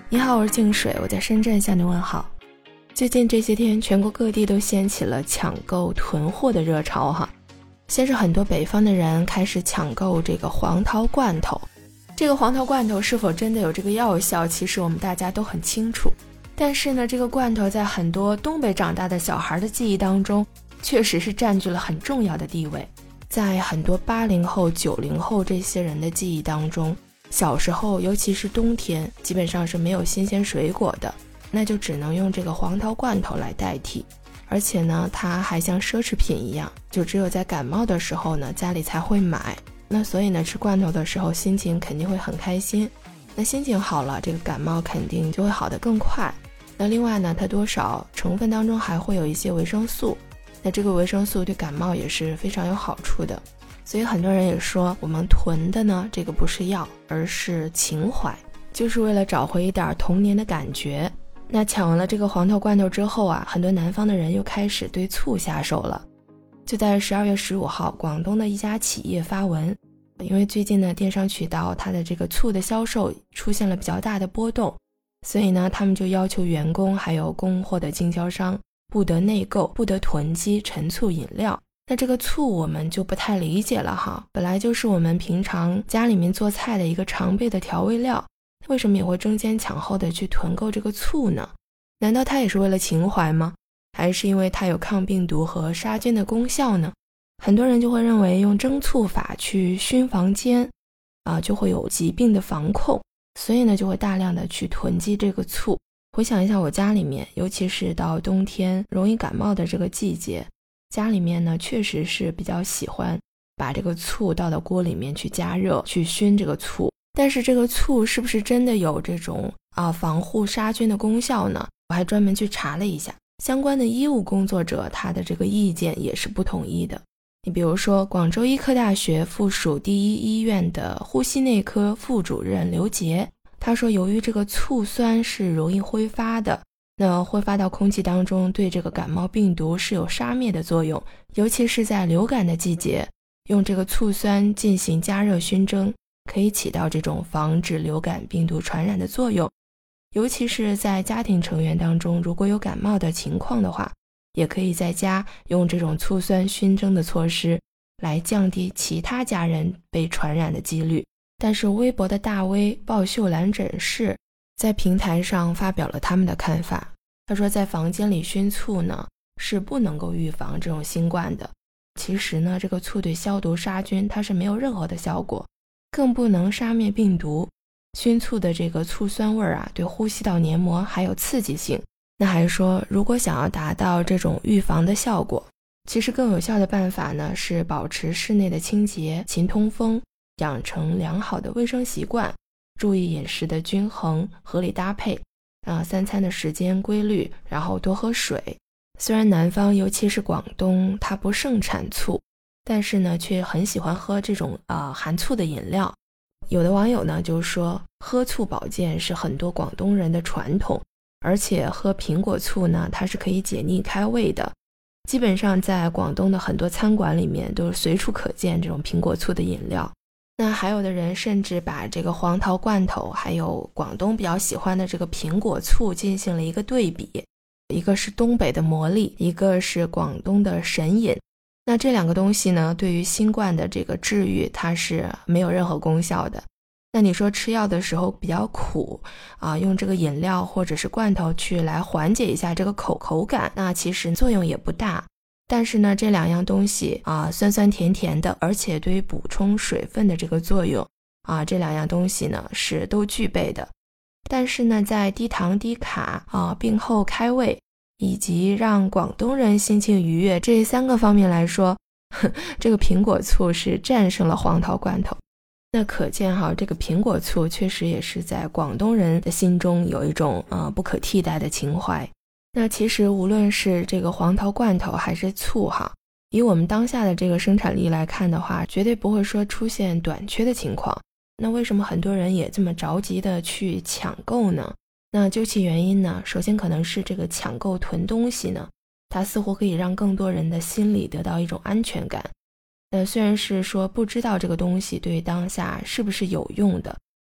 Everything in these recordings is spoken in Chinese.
你好，我是静水，我在深圳向你问好。最近这些天，全国各地都掀起了抢购囤货的热潮哈。先是很多北方的人开始抢购这个黄桃罐头，这个黄桃罐头是否真的有这个药效，其实我们大家都很清楚。但是呢，这个罐头在很多东北长大的小孩的记忆当中，确实是占据了很重要的地位。在很多80后、90后这些人的记忆当中，小时候尤其是冬天，基本上是没有新鲜水果的，那就只能用这个黄桃罐头来代替。而且呢，它还像奢侈品一样，就只有在感冒的时候呢，家里才会买。那所以呢，吃罐头的时候心情肯定会很开心。那心情好了，这个感冒肯定就会好得更快。那另外呢，它多少成分当中还会有一些维生素，那这个维生素对感冒也是非常有好处的。所以很多人也说，我们囤的呢，这个不是药，而是情怀，就是为了找回一点童年的感觉。那抢完了这个黄桃罐头之后啊，很多南方的人又开始对醋下手了。就在12月15号，广东的一家企业发文，因为最近呢，电商渠道它的这个醋的销售出现了比较大的波动，所以呢，他们就要求员工还有供货的经销商不得内购，不得囤积陈醋饮料。那这个醋我们就不太理解了哈，本来就是我们平常家里面做菜的一个常备的调味料，为什么也会争先抢后的去囤购这个醋呢？难道它也是为了情怀吗？还是因为它有抗病毒和杀菌的功效呢？很多人就会认为用蒸醋法去熏房间就会有疾病的防控，所以呢就会大量的去囤积这个醋。回想一下我家里面，尤其是到冬天容易感冒的这个季节，家里面呢确实是比较喜欢把这个醋倒到锅里面去加热，去熏这个醋。但是这个醋是不是真的有这种防护杀菌的功效呢？我还专门去查了一下，相关的医务工作者他的这个意见也是不统一的。你比如说，广州医科大学附属第一医院的呼吸内科副主任刘杰，他说由于这个醋酸是容易挥发的，那挥发到空气当中对这个感冒病毒是有杀灭的作用，尤其是在流感的季节，用这个醋酸进行加热熏蒸，可以起到这种防止流感病毒传染的作用。尤其是在家庭成员当中，如果有感冒的情况的话，也可以在家用这种醋酸熏蒸的措施来降低其他家人被传染的几率。但是微博的大 V 鲍秀兰诊室在平台上发表了他们的看法。他说在房间里熏醋呢，是不能够预防这种新冠的。其实呢，这个醋对消毒杀菌它是没有任何的效果，更不能杀灭病毒。熏醋的这个醋酸味对呼吸道黏膜还有刺激性。那还说，如果想要达到这种预防的效果，其实更有效的办法呢，是保持室内的清洁、勤通风，养成良好的卫生习惯，注意饮食的均衡、合理搭配3餐的时间规律，然后多喝水。虽然南方尤其是广东它不盛产醋，但是呢却很喜欢喝这种含醋的饮料。有的网友呢就说，喝醋保健是很多广东人的传统，而且喝苹果醋呢它是可以解腻开胃的。基本上在广东的很多餐馆里面都是随处可见这种苹果醋的饮料。那还有的人甚至把这个黄桃罐头还有广东比较喜欢的这个苹果醋进行了一个对比，一个是东北的魔力，一个是广东的神饮。那这两个东西呢，对于新冠的这个治愈它是没有任何功效的。那你说吃药的时候比较苦用这个饮料或者是罐头去来缓解一下这个口感，那其实作用也不大。但是呢，这两样东西酸酸甜甜的，而且对于补充水分的这个作用这两样东西呢是都具备的。但是呢，在低糖低卡病后开胃以及让广东人心情愉悦这3个方面来说，这个苹果醋是战胜了黄桃罐头。那可见这个苹果醋确实也是在广东人的心中有一种不可替代的情怀。那其实无论是这个黄桃罐头还是醋以我们当下的这个生产力来看的话，绝对不会说出现短缺的情况。那为什么很多人也这么着急的去抢购呢？那究其原因呢，首先可能是这个抢购囤东西呢，它似乎可以让更多人的心里得到一种安全感。虽然是说不知道这个东西对当下是不是有用的，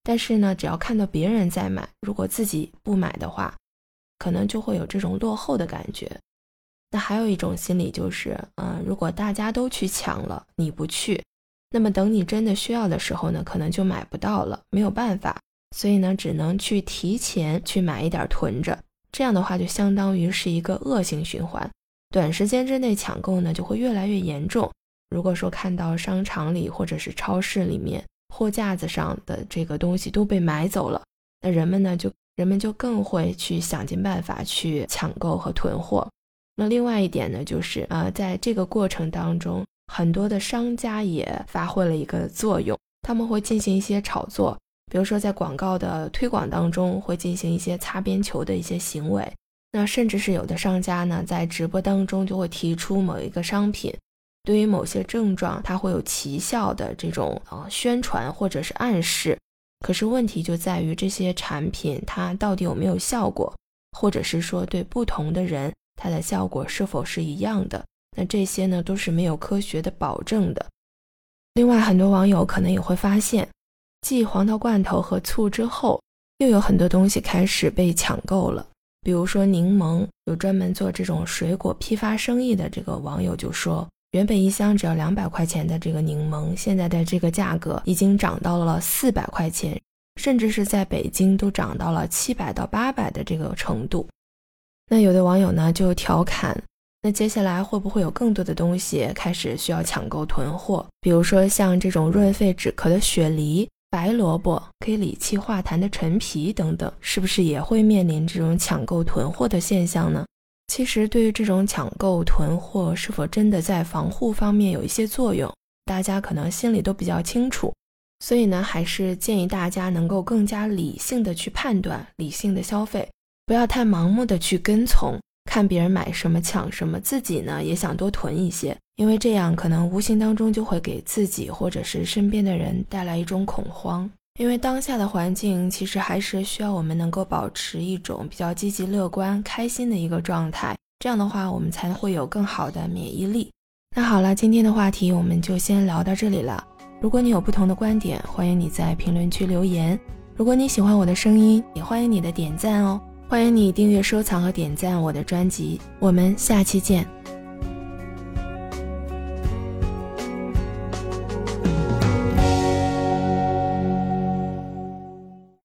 但是呢，只要看到别人在买，如果自己不买的话，可能就会有这种落后的感觉。那还有一种心理就是，如果大家都去抢了，你不去，那么等你真的需要的时候呢，可能就买不到了，没有办法，所以呢，只能去提前去买一点囤着。这样的话就相当于是一个恶性循环，短时间之内抢购呢就会越来越严重。如果说看到商场里或者是超市里面货架子上的这个东西都被买走了，那人们就更会去想尽办法去抢购和囤货。那另外一点呢，就是在这个过程当中，很多的商家也发挥了一个作用，他们会进行一些炒作，比如说在广告的推广当中会进行一些擦边球的一些行为。那甚至是有的商家呢，在直播当中就会提出某一个商品对于某些症状它会有奇效的这种宣传或者是暗示。可是问题就在于这些产品它到底有没有效果，或者是说对不同的人它的效果是否是一样的，那这些呢都是没有科学的保证的。另外很多网友可能也会发现，继黄桃罐头和醋之后，又有很多东西开始被抢购了。比如说柠檬，有专门做这种水果批发生意的这个网友就说，原本一箱只要200块钱的这个柠檬，现在的这个价格已经涨到了400块钱，甚至是在北京都涨到了700到800的这个程度。那有的网友呢就调侃，那接下来会不会有更多的东西开始需要抢购囤货，比如说像这种润肺止咳的雪梨、白萝卜，可以理气化痰的陈皮等等，是不是也会面临这种抢购囤货的现象呢？其实对于这种抢购囤货是否真的在防护方面有一些作用，大家可能心里都比较清楚，所以呢，还是建议大家能够更加理性的去判断，理性的消费，不要太盲目的去跟从，看别人买什么抢什么，自己呢也想多囤一些，因为这样可能无形当中就会给自己或者是身边的人带来一种恐慌。因为当下的环境其实还是需要我们能够保持一种比较积极乐观开心的一个状态，这样的话我们才会有更好的免疫力。那好了，今天的话题我们就先聊到这里了。如果你有不同的观点，欢迎你在评论区留言。如果你喜欢我的声音，也欢迎你的点赞哦。欢迎你订阅收藏和点赞我的专辑，我们下期见。